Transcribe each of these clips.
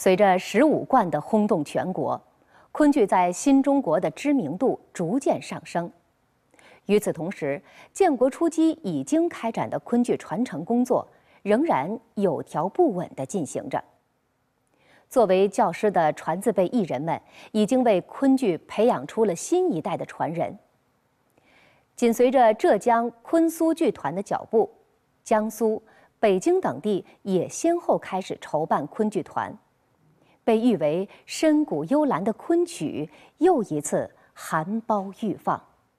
随着15贯的轰动全国，昆剧在新中国的知名度逐渐上升。与此同时，建国初期已经开展的昆剧传承工作仍然有条不紊地进行着。作为教师的传字辈艺人们，已经为昆剧培养出了新一代的传人。紧随着浙江昆苏剧团的脚步，江苏、北京等地也先后开始筹办昆剧团，被誉为深谷幽兰的昆曲又一次含苞欲放。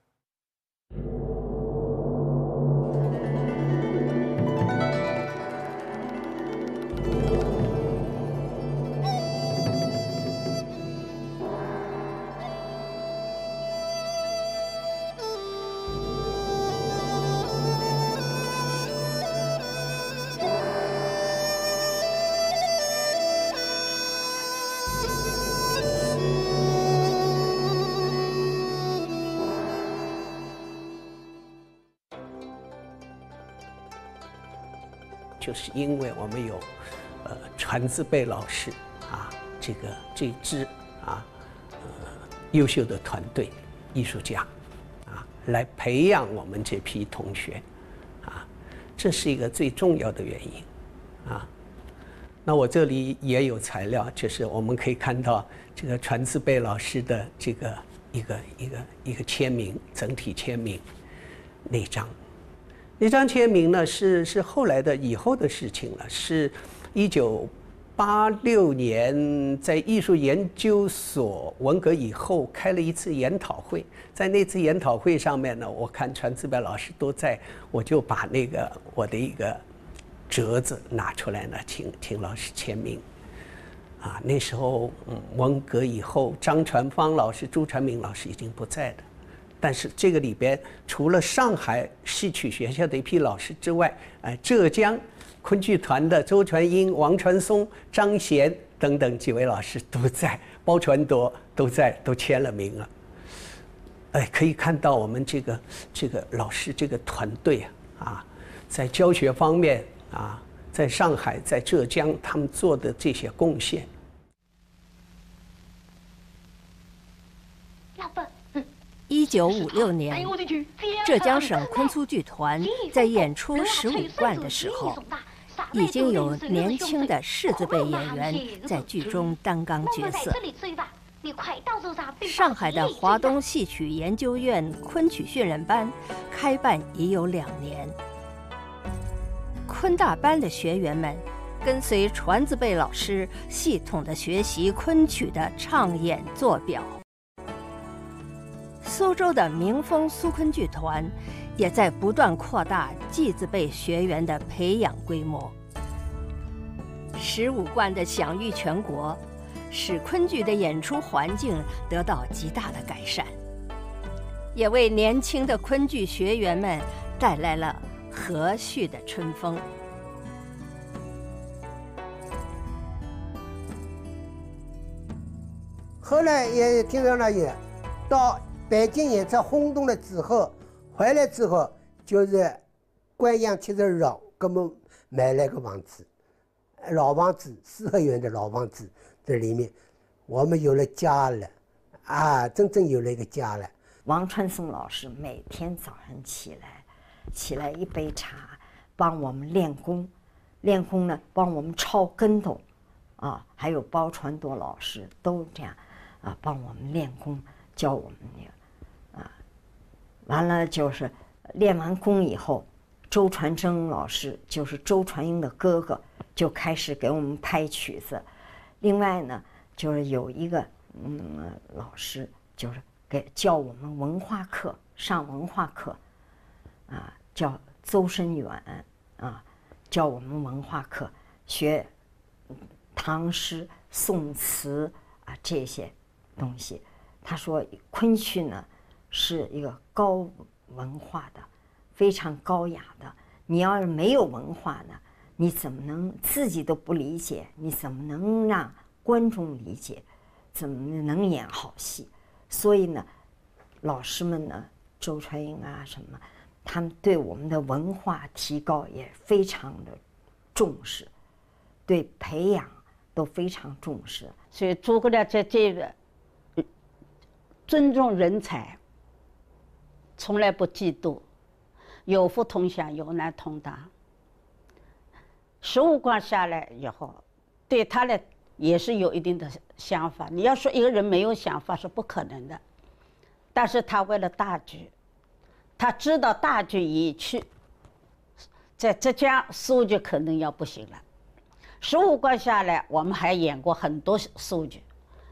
就是因为我们有传字辈老师啊，这支优秀的团队艺术家啊，来培养我们这批同学啊，这是一个最重要的原因啊。那我这里也有材料，就是我们可以看到这个传字辈老师的这个一个签名，整体签名那张。那张签名呢是后来的以后的事情了，是1986年在艺术研究所文革以后开了一次研讨会，在那次研讨会上面呢，我看传字辈老师都在，我就把那个我的一个折子拿出来呢，请老师签名。啊，那时候文革以后，张传芳老师、朱传明老师已经不在了。但是这个里边，除了上海戏曲学校的一批老师之外，浙江昆剧团的周传英、王传松、张贤等等几位老师都在，包传铎都在，都签了名了。可以看到我们这个老师这个团队啊，在教学方面啊，在上海、在浙江他们做的这些贡献。 1956年，浙江省昆苏剧团在演出15贯的时候，已经有年轻的士字辈演员在剧中担纲角色。上海的华东戏曲研究院昆曲训练班开办已有2年，昆大班的学员们跟随传字辈老师系统地学习昆曲的唱演做表。苏州的民风苏昆剧团也在不断扩大继字辈学员的培养规模。15贯的享誉全国，使昆剧的演出环境得到极大的改善，也为年轻的昆剧学员们带来了和煦的春风。 后来也听说了，也到北京演出轰动了之后，回来之后就是官样70绕，给我们买了个房子，老房子，4合院的老房子，这里面我们有了家了，啊，真正有了一个家了。 王传松老师每天早上起来一杯茶，帮我们练功，练功呢帮我们抄跟头，啊，还有包传铎老师都这样，啊，帮我们练功，教我们那个，啊，完了就是练完功以后，周传生老师就是周传英的哥哥，就开始给我们拍曲子。另外呢，就是有一个老师就是教我们文化课，上文化课，啊，叫邹申远啊，教我们文化课，学唐诗、宋词啊这些东西。他说昆曲呢是一个高文化的，非常高雅的。你要是没有文化呢，你怎么能自己都不理解？你怎么能让观众理解？怎么能演好戏？所以呢，老师们呢，周传英啊什么，他们对我们的文化提高也非常的重视，对培养都非常重视。 所以诸葛亮在这个尊重人才，从来不嫉妒，有福同享，有难同当。15贯下来以后，对他呢也是有一定的想法。你要说一个人没有想法是不可能的，但是他为了大局，他知道大局已去，在浙江苏局可能要不行了。15贯下来，我们还演过很多苏剧，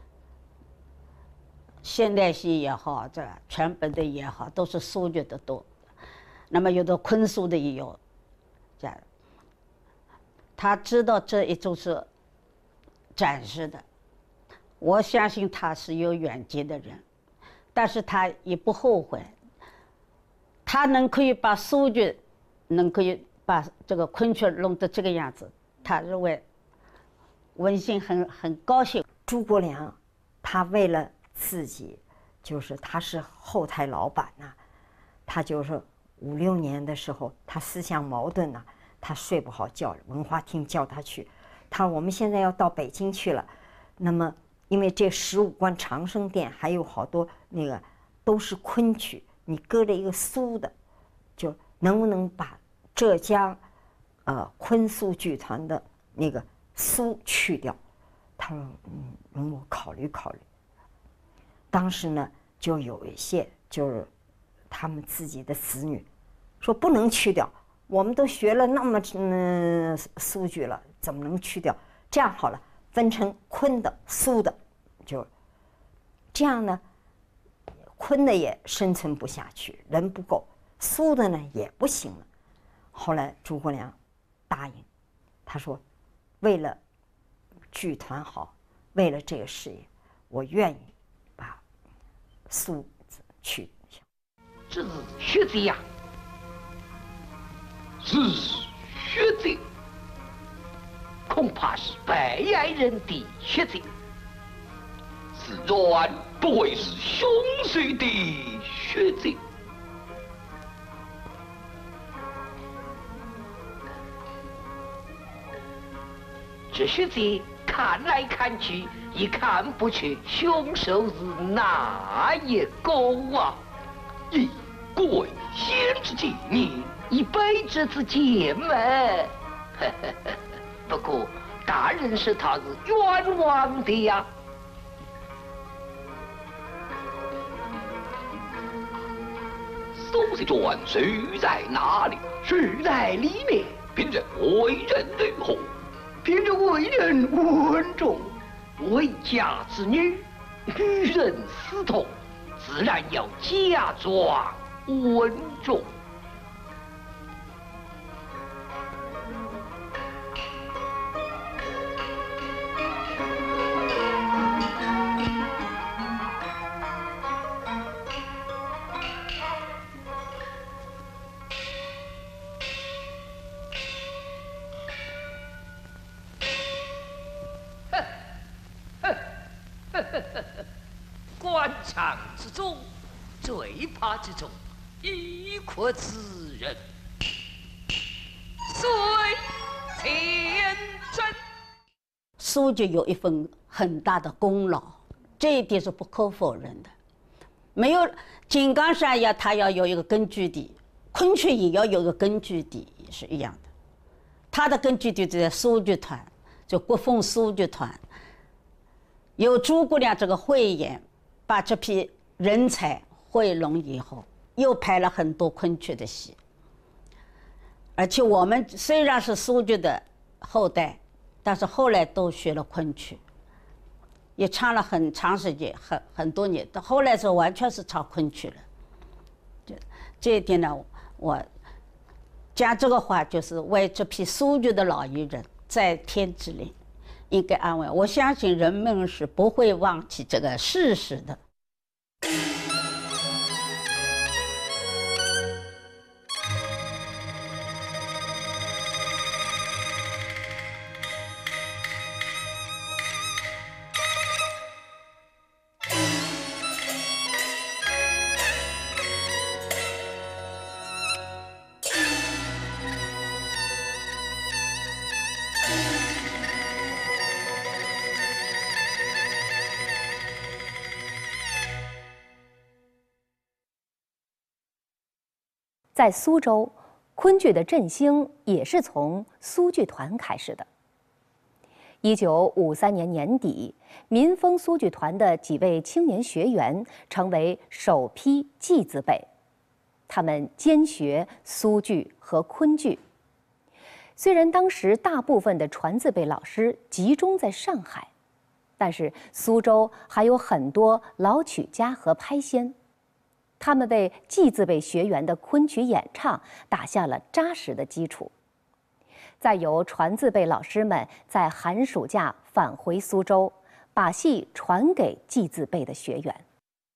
现代戏也好，这全本的也好，都是苏剧的多。那么有的昆苏的也有，这样。他知道这一种是展示的，我相信他是有远见的人，但是他也不后悔。他可以把苏剧，可以把这个昆曲弄得这个样子，他认为文心很高兴。 诸葛亮，他为了自己，就是他是后台老板呐、他就是5、6年的时候，他思想矛盾呐、他睡不好觉，文化厅叫他去，他说我们现在要到北京去了，那么因为这15贯长生殿还有好多那个都是昆曲，你搁着一个苏的，就能不能把浙江昆苏剧团的那个苏去掉？他说容我考虑考虑。当时呢，就有一些就是他们自己的子女说不能去掉。我们都学了那么苏剧了，怎么能去掉？这样好了，分成昆的、苏的，就这样呢。昆的也生存不下去，人不够；苏的呢也不行了。后来诸葛亮答应，他说：“为了剧团好，为了这个事业，我愿意把苏去掉。” 这是学者呀。是学者，恐怕是北爱人的学者，自然不会是凶水的学者。这学者看来看去，也看不出凶手是哪一个啊！以贵仙之见念。以卑职之见嘛，不过大人说他是冤枉的呀。苏轼传谁在哪里？谁在里面？凭着为人如何？凭着为人稳重，为家之女，与人私通，自然要假装稳重。官场之中，最怕这种一国之人。虽前真， 苏剧有一份很大的功劳，这一点是不可否认的。没有井冈山呀，它要有一个根据地，昆曲也要有一个根据地，也是一样的。它的根据地就在苏剧团，就国风苏剧团。有诸葛亮这个慧眼，把这批人才汇拢以后，又拍了很多昆曲的戏。而且我们虽然是苏剧的后代，但是后来都学了昆曲，也唱了很长时间，很多年。到后来是完全是唱昆曲了。这一点呢，我讲这个话就是为这批苏剧的老艺人在天之灵。应该安慰，我相信人们是不会忘记这个事实的。 在苏州，昆剧的振兴也是从苏剧团开始的。1953年年底，民风苏剧团的几位青年学员成为首批季字辈，他们兼学苏剧和昆剧。虽然当时大部分的传字辈老师集中在上海，但是苏州还有很多老曲家和拍仙，他们为季字辈学员的昆曲演唱打下了扎实的基础。再由传字辈老师们在寒暑假返回苏州，把戏传给季字辈的学员。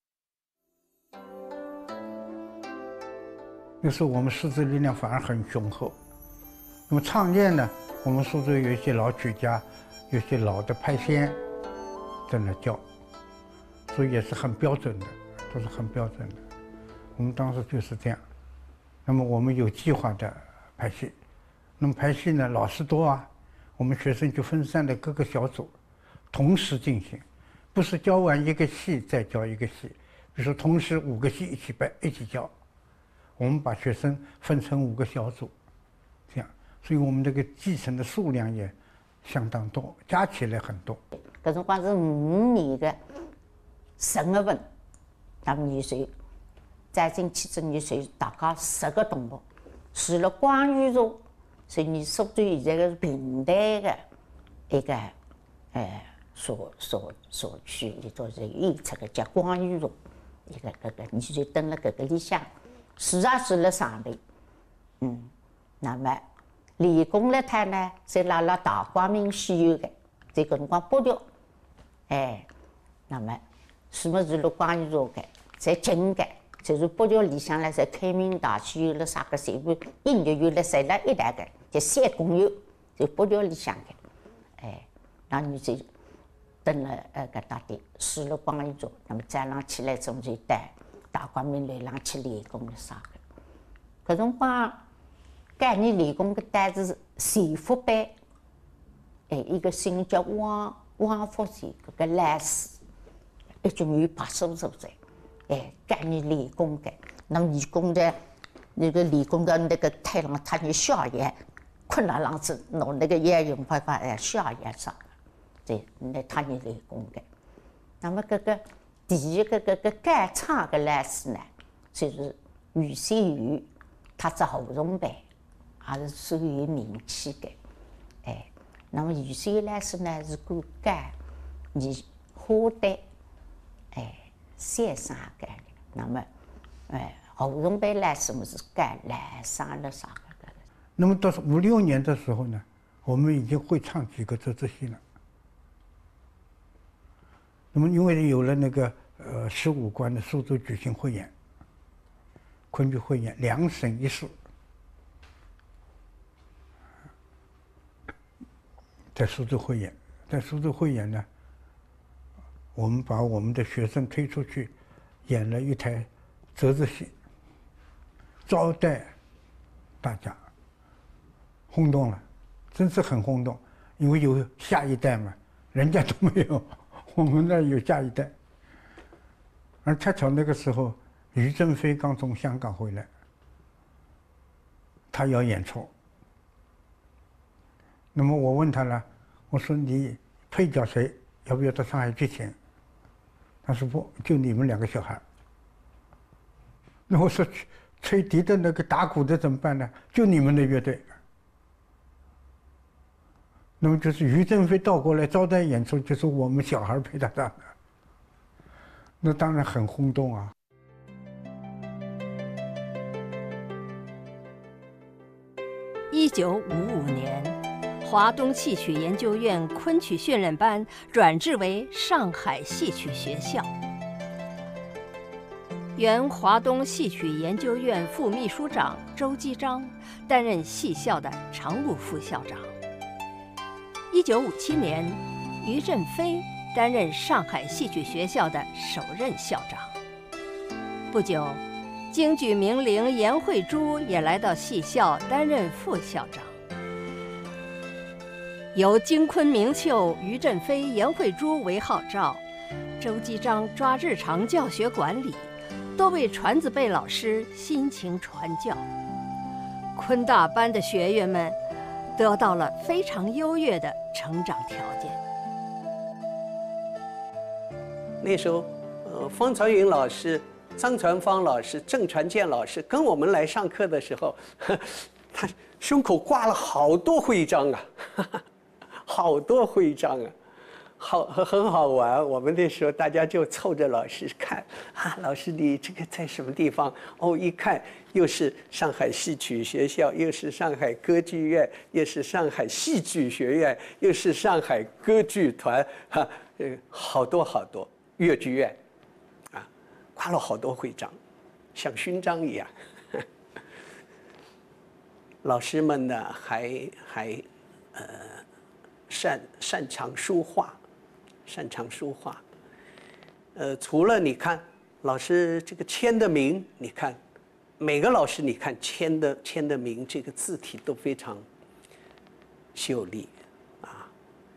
那时候我们师资力量反而很雄厚。那么唱念呢，我们苏州有一些老曲家，有些老的拍仙在那教，所以也是很标准的，都是很标准的。我们当时就是这样。那么我们有计划的拍戏。那么拍戏呢，老师多啊，我们学生就分散在各个小组，同时进行，不是教完一个戏再教一个戏，比如说同时5个戏一起教，我们把学生分成5个小组，这样，所以我们这个继承的数量也相当多，加起来很多。 搿辰光是55年的10月份，那么年岁，在进去之年岁，大家10个同学，除了广元茶。所以你苏州现在个是平台的一个社区里头是演出个叫广元茶，一个搿个，你就蹲辣搿个里向，住也住辣上头，那么理工那摊呢，在拉大光明戏院的，在搿辰光北调，那么什么是辣广元茶的，在近的。就是北调里向呢，在开明大戏院了啥个随便音乐院了，侪辣一台个，就3公有，就北调里向的，那你就蹲了搿搭点，住了广元茶，那么早上起来总就带大光明楼上去练功了啥个。搿辰光概念练功搿单是前福班，一个姓叫王福全，搿个来师，一种有80所在。概念练功的，那么练功的，那个练功的那个太郎，他就宵夜，困了浪子弄那个也用办法宵夜啥的，对，那他就练功的。那么搿个第一个改唱的来师呢，就是于先元，他只后崇班，也是最有名气的。那么于先元来师呢是管改你花旦，三生改的，那么，后崇班来什么是改来生了啥个？ 那么到5、6年的时候呢，我们已经会唱几个折子戏了。那么因为有了那个15关的苏州举行汇演，昆剧汇演2省1市，在苏州汇演，在苏州汇演呢。我们把我们的学生推出去，演了一台折子戏，招待大家，轰动了，真是很轰动。因为有下一代嘛，人家都没有，我们那有下一代。而恰巧那个时候，于正飞刚从香港回来，他要演出。那么我问他了，我说你配角谁？要不要到上海去请？他说不，就你们2个小孩。那我说吹笛的那个打鼓的怎么办呢？就你们的乐队。那么就是于正飞倒过来招待演出，就是我们小孩陪他唱的，那当然很轰动啊。 1955年，华东戏曲研究院昆曲训练班转制为上海戏曲学校。原华东戏曲研究院副秘书长周基章担任戏校的常务副校长。1957年，于振飞担任上海戏曲学校的首任校长。不久，京剧名伶严慧珠也来到戏校担任副校长。由京昆名秀于振飞、严慧珠为号召，周基章抓日常教学管理， 多位传字辈老师辛勤传教，昆大班的学员们得到了非常优越的成长条件。 那时候，方传云老师、张传芳老师、郑传健老师跟我们来上课的时候，他胸口挂了好多徽章啊，好多徽章啊。很好玩。我们那时候大家就凑着老师看啊，老师你这个在什么地方？哦，一看又是上海戏曲学校，又是上海歌剧院，又是上海戏剧学院，又是上海歌剧团，哈，好多好多粤剧院，啊，挂了好多徽章，像勋章一样。老师们呢，还擅长书画。擅长书画，除了你看老师这个签的名，你看每个老师你看签的名，这个字体都非常秀丽啊，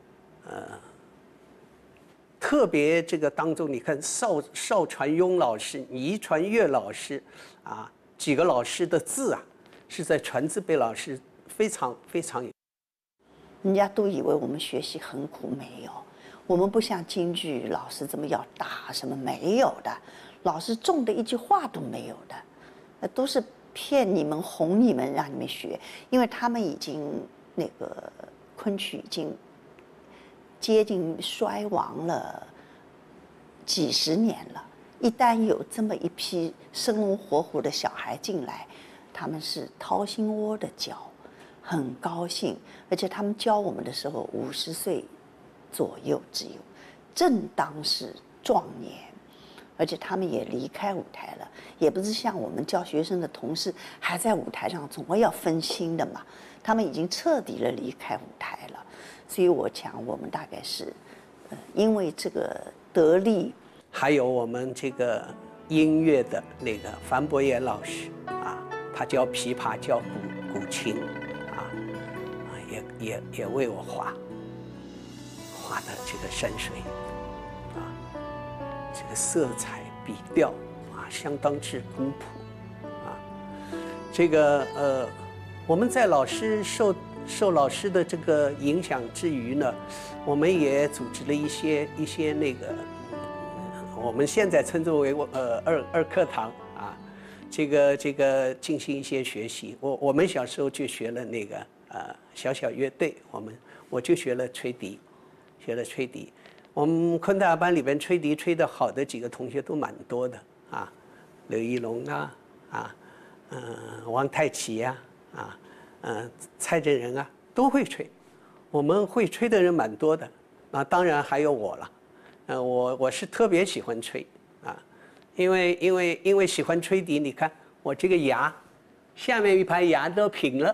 特别这个当中，你看邵传庸老师、倪传月老师啊，几个老师的字啊，是在传字辈老师非常。 人家都以为我们学习很苦，没有。我们不像京剧老师这么要打什么，没有的，老师重的一句话都没有的，都是骗你们、哄你们，让你们学，因为他们已经那个昆曲已经接近衰亡了几十年了。一旦有这么一批生龙活虎的小孩进来，他们是掏心窝的教，很高兴，而且他们教我们的时候50岁。左右只有，正当是壮年，而且他们也离开舞台了，也不是像我们教学生的同事还在舞台上，总会要分心的嘛。他们已经彻底的离开舞台了，所以我想我们大概是，因为这个得力， 还有我们这个音乐的那个樊伯言老师啊，他教琵琶，教古琴啊，也为我画的这个山水啊，这个色彩笔调啊，相当之古朴啊。这个我们在老师受老师的这个影响之余呢，我们也组织了一些那个，我们现在称之为二课堂啊，这个进行一些学习。我们小时候就学了那个小乐队，我就学了吹笛。我们昆大班里边吹笛吹得好的几个同学都蛮多的啊，刘一龙啊，王太奇呀，蔡振仁啊，都会吹。我们会吹的人蛮多的啊，当然还有我了。我是特别喜欢吹啊，因为喜欢吹笛，你看我这个牙，下面一排牙都平了。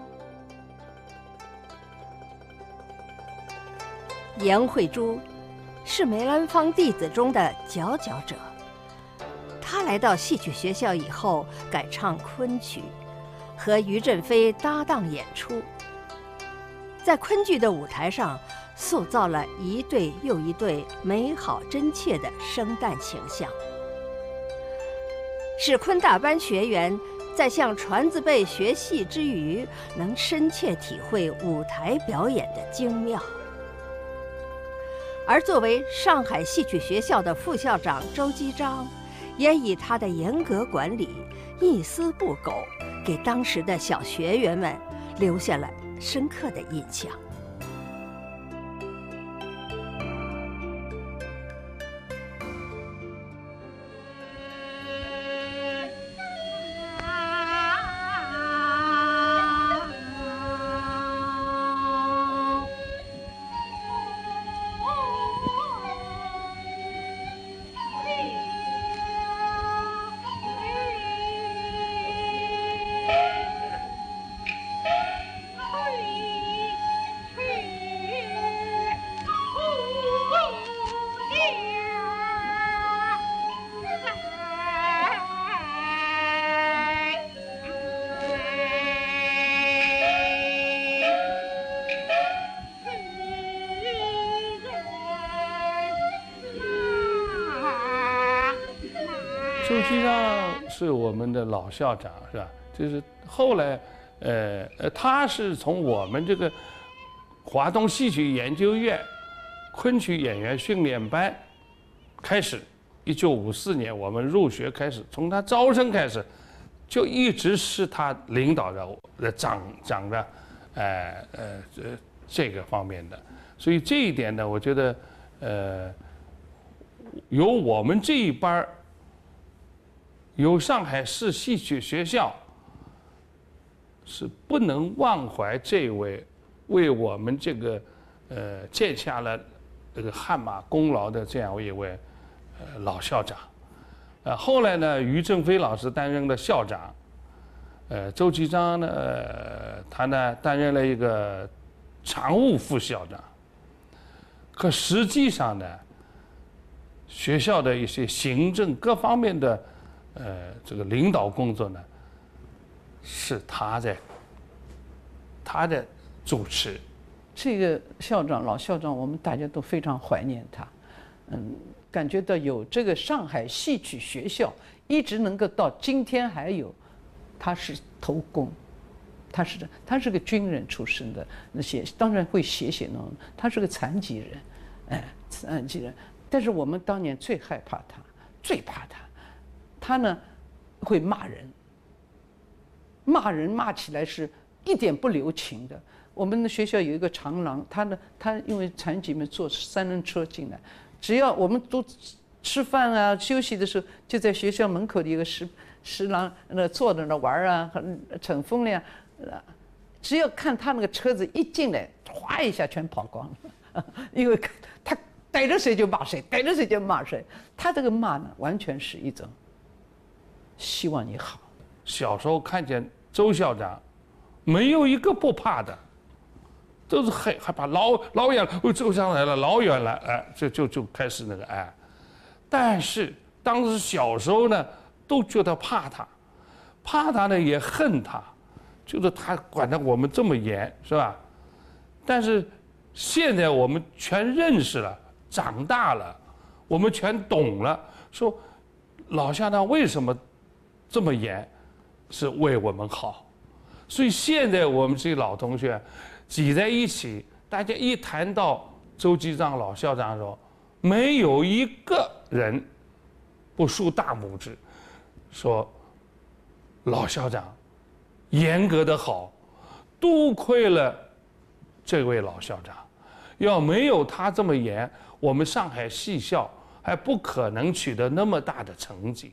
严慧珠是梅兰芳弟子中的佼佼者。他来到戏曲学校以后，改唱昆曲，和于振飞搭档演出，在昆剧的舞台上塑造了一对又一对美好真切的生旦形象，使昆大班学员在向传字辈学戏之余，能深切体会舞台表演的精妙。而作为上海戏曲学校的副校长周基章，也以他的严格管理、一丝不苟，给当时的小学员们留下了深刻的印象。 周其章是我们的老校长，是吧？就是后来，他是从我们这个华东戏曲研究院昆曲演员训练班开始，1954年我们入学开始，从他招生开始，就一直是他领导的掌着，这个方面的。所以这一点呢，我觉得，由我们这一班由上海市戏曲学校是不能忘怀这位为我们这个建下了这个汗马功劳的这样一位老校长。后来呢，于正飞老师担任了校长，周其章呢，他呢担任了一个常务副校长。可实际上呢，学校的一些行政各方面的这个领导工作呢，是他在主持。 这个校长老校长，我们大家都非常怀念他。感觉到有这个上海戏曲学校一直能够到今天还有，他是头功。他是个军人出身的，当然会写那种。他是个残疾人，残疾人。但是我们当年最害怕他，最怕他。他呢会骂人骂起来是一点不留情的。我们的学校有一个长廊，他因为残疾们坐3轮车进来，只要我们都吃饭啊休息的时候，就在学校门口的一个石廊坐在那玩啊，乘风呀。只要看他那个车子一进来，哗一下全跑光了，因为他逮着谁就骂谁，逮着谁就骂谁。他这个骂呢，完全是一种希望你好。 小时候看见周校长，没有一个不怕的，都是害怕老远周校长来了，老远了，就开始那个但是当时小时候呢，都觉得怕他呢也恨他。就是他管得我们这么严，是吧？但是现在我们全认识了，长大了，我们全懂了。说老校长为什么这么严，是为我们好。所以现在我们这些老同学挤在一起，大家一谈到周其章老校长的时候，没有一个人不竖大拇指，说老校长严格的好，多亏了这位老校长。要没有他这么严，我们上海戏校还不可能取得那么大的成绩。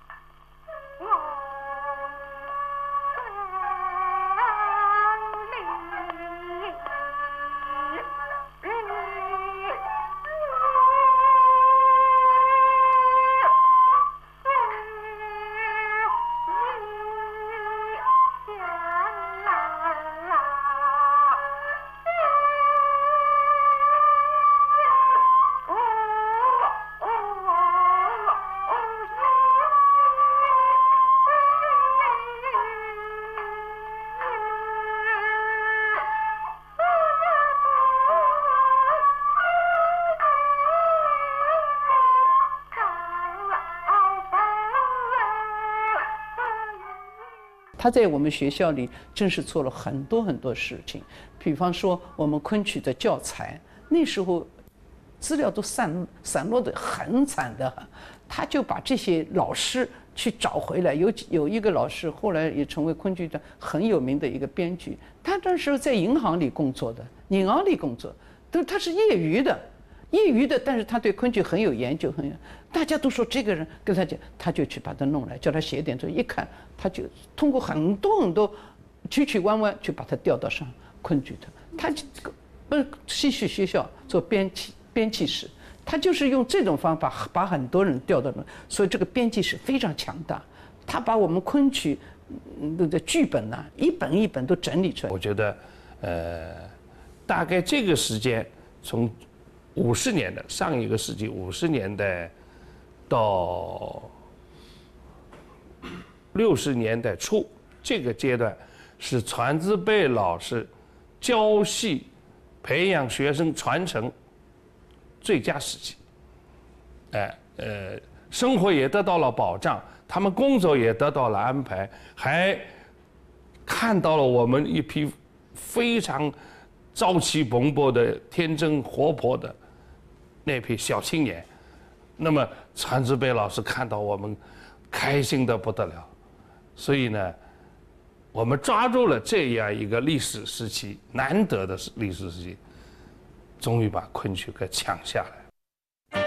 他在我们学校里真是做了很多事情，比方说我们昆曲的教材，那时候资料都散落的很惨的，他就把这些老师去找回来。有一个老师后来也成为昆剧的很有名的一个编剧，他那时候在银行里工作，他是业余的，但是他对昆剧很有研究，大家都说这个人跟他讲，他就去把他弄来，叫他写点东西，一看他就通过很多曲弯去把他调到上昆剧的。他戏曲学校做编辑室，他就是用这种方法把很多人调到那，所以这个编辑室非常强大。他把我们昆曲的剧本呢，一本一本都整理出来。 我觉得，大概这个时间从50年代上一个世纪50年代到60年代初这个阶段，是传字辈老师教戏、培养学生传承最佳时期。 生活也得到了保障，他们工作也得到了安排，还看到了我们一批非常朝气蓬勃的、天真活泼的那批小青年。那么传字辈老师看到我们，开心得不得了。所以呢，我们抓住了这样一个历史时期，难得的历史时期，终于把昆曲给抢下来。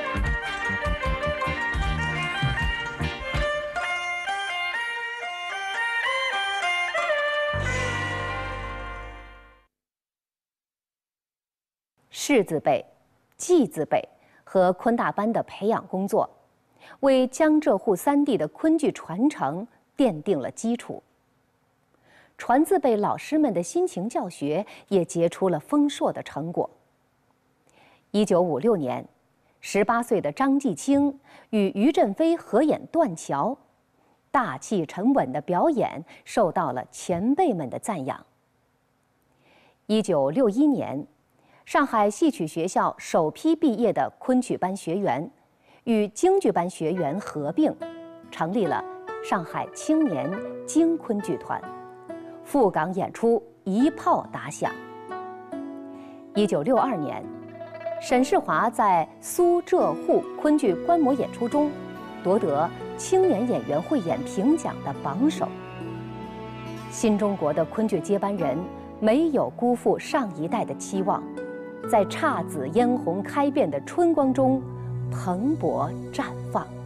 士字辈、季字辈和昆大班的培养工作，为江浙沪三地的昆剧传承奠定了基础。传字辈老师们的辛勤教学也结出了丰硕的成果。1956年，18岁的张继清与于振飞合演《断桥》，大气沉稳的表演受到了前辈们的赞扬。1961年，上海戏曲学校首批毕业的昆曲班学员，与京剧班学员合并，成立了上海青年京昆剧团，赴港演出一炮打响。1962年，沈世华在苏浙沪昆剧观摩演出中，夺得青年演员汇演评奖的榜首。新中国的昆剧接班人没有辜负上一代的期望，在姹紫嫣红开遍的春光中蓬勃绽放。